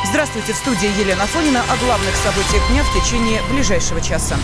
Здравствуйте, в студии Елена Афонина. О главных событиях дня в течение ближайшего часа.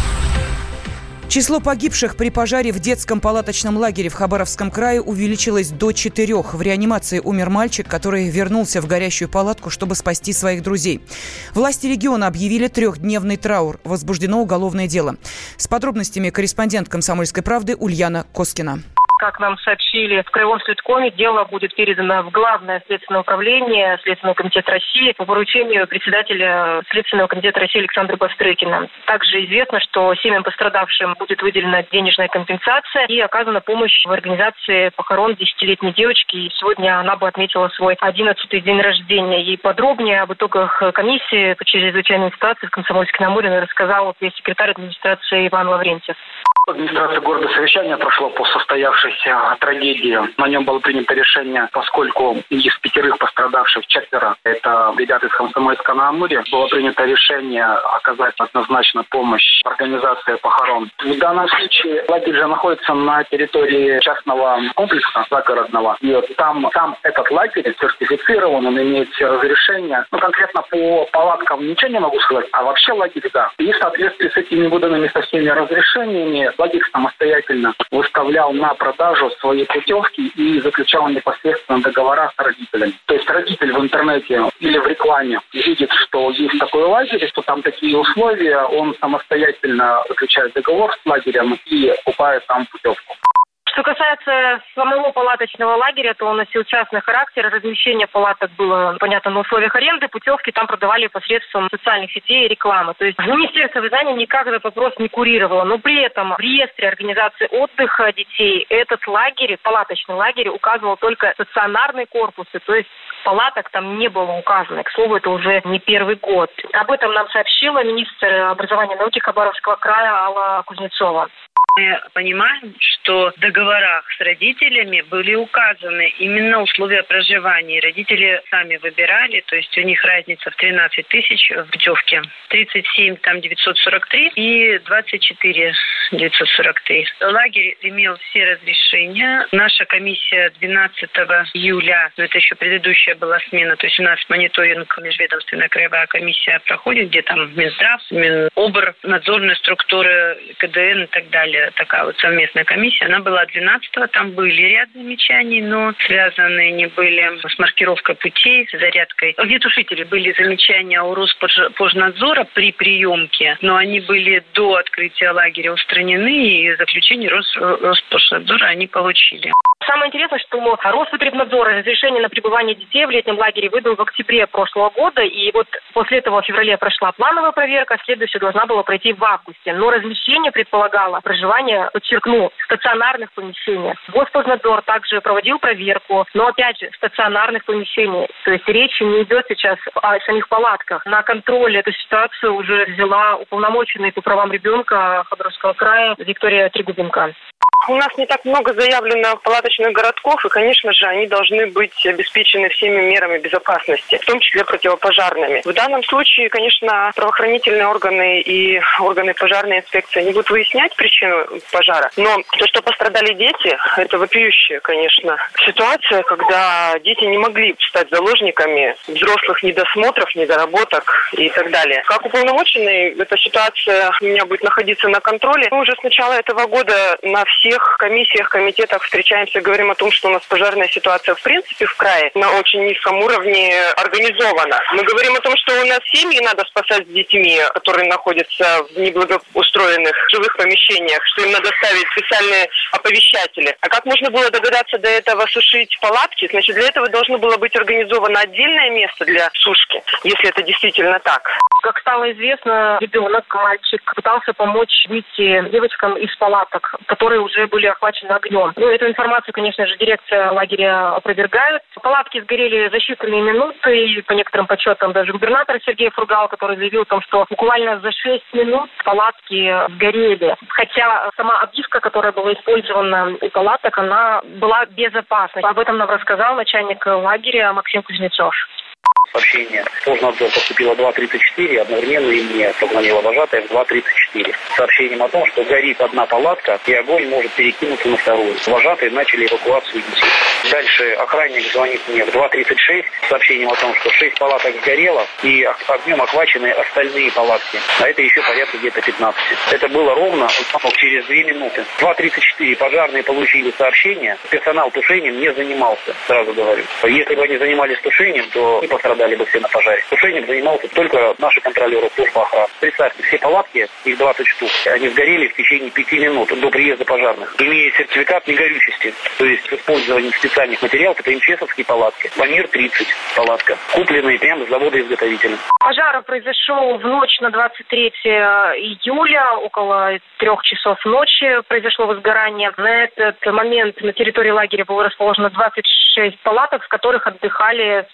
Число погибших при пожаре в детском палаточном лагере в Хабаровском крае увеличилось до 4. В реанимации умер мальчик, который вернулся в горящую палатку, чтобы спасти своих друзей. Власти региона объявили 3-дневный траур. Возбуждено уголовное дело. С подробностями корреспондент «Комсомольской правды» Ульяна Коскина. Как нам сообщили в Краевом следкоме, дело будет передано в Главное следственное управление Следственного комитета России по поручению председателя Следственного комитета России Александра Бастрыкина. Также известно, что семьям пострадавшим будет выделена денежная компенсация и оказана помощь в организации похорон 10-летней девочки. И сегодня она бы отметила свой 11-й день рождения. И подробнее об итогах комиссии по чрезвычайной ситуации в Комсомольске-на-Амуре рассказал пресс-секретарь администрации Иван Лаврентьев. Администрация города совещание прошло по состоявшейся трагедии. На нем было принято решение, поскольку из 5 пострадавших 4 – это ребята из Комсомольска-на-Амуре, было принято решение оказать однозначно помощь в организации похорон. В данном случае лагерь же находится на территории частного комплекса загородного. И вот там сам этот лагерь сертифицирован, он имеет все разрешения. Конкретно по палаткам ничего не могу сказать, а вообще лагерь, да. И в соответствии с этими выданными со всеми разрешениями лагерь самостоятельно выставлял на продажу свои путевки и заключал непосредственно договора с родителями. То есть родитель в интернете или в рекламе видит, что есть такой лагерь, что там такие условия, он самостоятельно заключает договор с лагерем и покупает там путевку. Что касается самого палаточного лагеря, то он носил частный характер. Размещение палаток было, понятно, на условиях аренды. Путевки там продавали посредством социальных сетей и рекламы. То есть Министерство образования никак этот вопрос не курировало. Но при этом в реестре организации отдыха детей этот лагерь, палаточный лагерь, указывал только стационарные корпусы. То есть палаток там не было указано. К слову, это уже не первый год. Об этом нам сообщила министр образования и науки Хабаровского края Алла Кузнецова. Мы понимаем, что в договорах с родителями были указаны именно условия проживания. Родители сами выбирали, то есть у них разница в 13 тысяч в путевке. 37 там 943 и 24 943. Лагерь имел все разрешения. Наша комиссия 12 июля, это еще предыдущая была смена, то есть у нас мониторинг, межведомственная краевая комиссия проходит, где там Минздрав, Минобр, надзорные структуры, КДН и так далее. Такая вот совместная комиссия. Она была 12-го. Там были ряд замечаний, но связанные не были с маркировкой путей, с зарядкой. Огнетушители были замечания у Роспожнадзора при приемке, но они были до открытия лагеря устранены, и заключение Роспожнадзора они получили. Самое интересное, что Роспотребнадзор разрешение на пребывание детей в летнем лагере выдал в октябре прошлого года, и вот после этого в феврале прошла плановая проверка, следующая должна была пройти в августе. Но размещение предполагало проживание, подчеркну, в стационарных помещениях. Госпотребнадзор также проводил проверку, но опять же в стационарных помещениях. То есть речь не идет сейчас о самих палатках. На контроле эту ситуацию уже взяла уполномоченная по правам ребенка Хабаровского края Виктория Трегубенко. У нас не так много заявлено палаточных городков, и, конечно же, они должны быть обеспечены всеми мерами безопасности, в том числе противопожарными. В данном случае, конечно, правоохранительные органы и органы пожарной инспекции не будут выяснять причину пожара. Но то, что пострадали дети, это вопиющая, конечно, ситуация, когда дети не могли стать заложниками взрослых недосмотров, недоработок и так далее. Как уполномоченный, эта ситуация у меня будет находиться на контроле. Мы уже с начала этого года на всех комиссиях, комитетах встречаемся, говорим о том, что у нас пожарная ситуация в принципе в крае на очень низком уровне организована. Мы говорим о том, что у нас семьи надо спасать с детьми, которые находятся в неблагоустроенных жилых помещениях, что им надо ставить специальные оповещатели. А как можно было догадаться до этого сушить палатки? Значит, для этого должно было быть организовано отдельное место для сушки, если это действительно так. Как стало известно, ребенок, мальчик, пытался помочь выйти девочкам из палаток, которые уже были охвачены огнем. Эту информацию, конечно же, дирекция лагеря опровергает. Палатки сгорели за считанные минуты, и по некоторым подсчетам даже губернатор Сергей Фургал, который заявил о том, что буквально за 6 минут палатки сгорели. Хотя сама обивка, которая была использована у палаток, она была безопасной. Об этом нам рассказал начальник лагеря Максим Кузнецов. Сообщение. Позже поступило 2:34, одновременно и мне позвонила вожатая в 2:34 с сообщением о том, что горит одна палатка и огонь может перекинуться на вторую. Вожатые начали эвакуацию детей. Дальше охранник звонит мне в 2:36 с сообщением о том, что 6 палаток сгорело и огнем охвачены остальные палатки. А это еще порядка где-то 15. Это было ровно через 2 минуты. В 2:34 пожарные получили сообщение. Персонал тушением не занимался, сразу говорю. Если бы они занимались тушением, то не пострадали бы все на пожаре. Тушением занимался только наши контролеры службы охраны. Представьте, все палатки, их 20 штук, они сгорели в течение 5 минут до приезда пожарных. Имея сертификат негорючести, то есть с использованием специальных материалов, это МЧСовские палатки. Памир-30 палатка, купленные прямо с завода-изготовителя. Пожар произошел в ночь на 23 июля, около 3 часов ночи произошло возгорание. На этот момент на территории лагеря было расположено 26 палаток, в которых отдыхали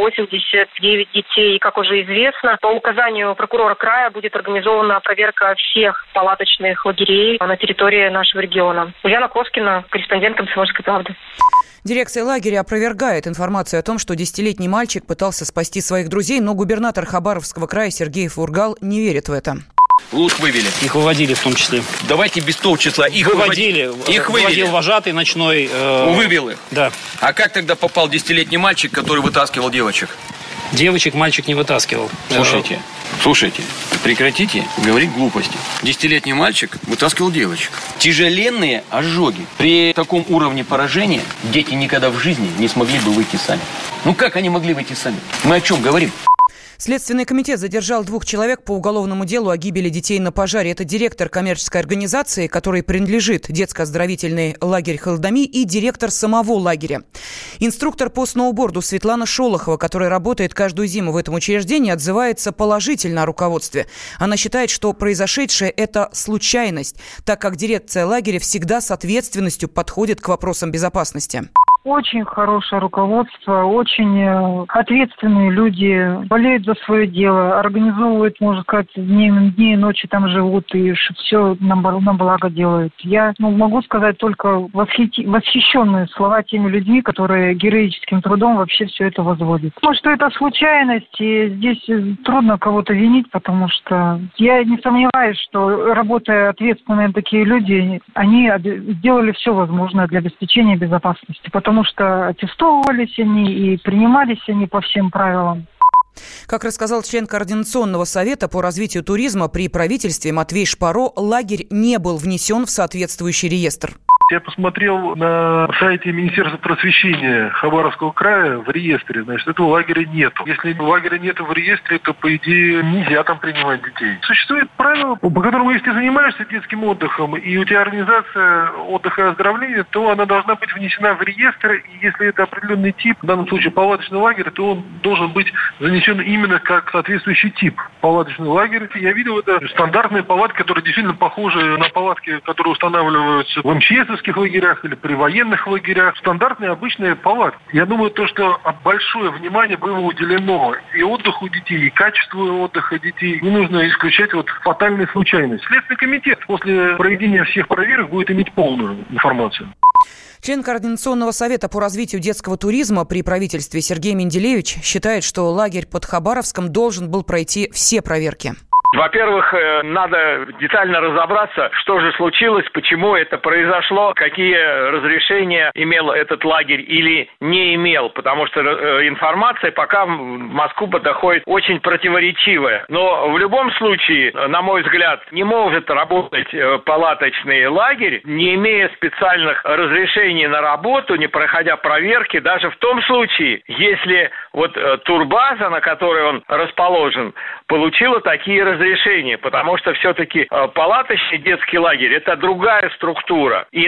189 детей. И, как уже известно, по указанию прокурора края будет организована проверка всех палаточных лагерей на территории нашего региона. Ульяна Коскина, корреспондент «Комсомольской правды». Дирекция лагеря опровергает информацию о том, что 10-летний мальчик пытался спасти своих друзей, но губернатор Хабаровского края Сергей Фургал не верит в это. Лук вывели. Их выводили в том числе. Давайте без того числа. Их выводили. Их выводил вожатый ночной. Вывел их? Да. А как тогда попал 10-летний мальчик, который вытаскивал девочек? Девочек мальчик не вытаскивал. Слушайте, прекратите говорить глупости. 10-летний мальчик вытаскивал девочек. Тяжеленные ожоги. При таком уровне поражения дети никогда в жизни не смогли бы выйти сами. Ну как они могли выйти сами? Мы о чем говорим? Следственный комитет задержал 2 человек по уголовному делу о гибели детей на пожаре. Это директор коммерческой организации, которой принадлежит детско-оздоровительный лагерь «Халдами», и директор самого лагеря. Инструктор по сноуборду Светлана Шолохова, которая работает каждую зиму в этом учреждении, отзывается положительно о руководстве. Она считает, что произошедшее – это случайность, так как дирекция лагеря всегда с ответственностью подходит к вопросам безопасности. Очень хорошее руководство, очень ответственные люди, болеют за свое дело, организовывают, можно сказать, дни и ночи там живут и все на благо делают. Я могу сказать только восхищенные слова теми людьми, которые героическим трудом вообще все это возводят. Может, что это случайность, и здесь трудно кого-то винить, потому что я не сомневаюсь, что, работая ответственные такие люди, они сделали все возможное для обеспечения безопасности, потому что аттестовывались они и принимались они по всем правилам. Как рассказал член Координационного совета по развитию туризма при правительстве Матвей Шпаро, лагерь не был внесен в соответствующий реестр. Я посмотрел на сайте Министерства просвещения Хабаровского края в реестре, значит, этого лагеря нету. Если лагеря нету в реестре, то, по идее, нельзя там принимать детей. Существует правило, по которому, если ты занимаешься детским отдыхом, и у тебя организация отдыха и оздоровления, то она должна быть внесена в реестр, и если это определенный тип, в данном случае палаточный лагерь, то он должен быть занесен именно как соответствующий тип палаточный лагерь. Я видел, это стандартные палатки, которые действительно похожи на палатки, которые устанавливаются в МЧС лагерях или при военных лагерях. Стандартные обычные палатки. Я думаю, что большое внимание было уделено и отдыху детей, и качеству отдыха детей. Не нужно исключать фатальные случайности. Следственный комитет после проведения всех проверок будет иметь полную информацию. Член Координационного совета по развитию детского туризма при правительстве Сергей Менделеевич считает, что лагерь под Хабаровском должен был пройти все проверки. Во-первых, надо детально разобраться, что же случилось, почему это произошло, какие разрешения имел этот лагерь или не имел, потому что информация пока в Москву доходит очень противоречивая. Но в любом случае, на мой взгляд, не может работать палаточный лагерь, не имея специальных разрешений на работу, не проходя проверки, даже в том случае, если турбаза, на которой он расположен, получила такие разрешения, потому что все-таки палаточный детский лагерь – это другая структура, и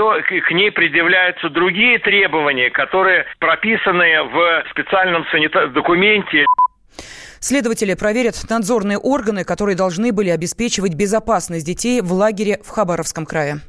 к ней предъявляются другие требования, которые прописаны в специальном документе. Следователи проверят надзорные органы, которые должны были обеспечивать безопасность детей в лагере в Хабаровском крае.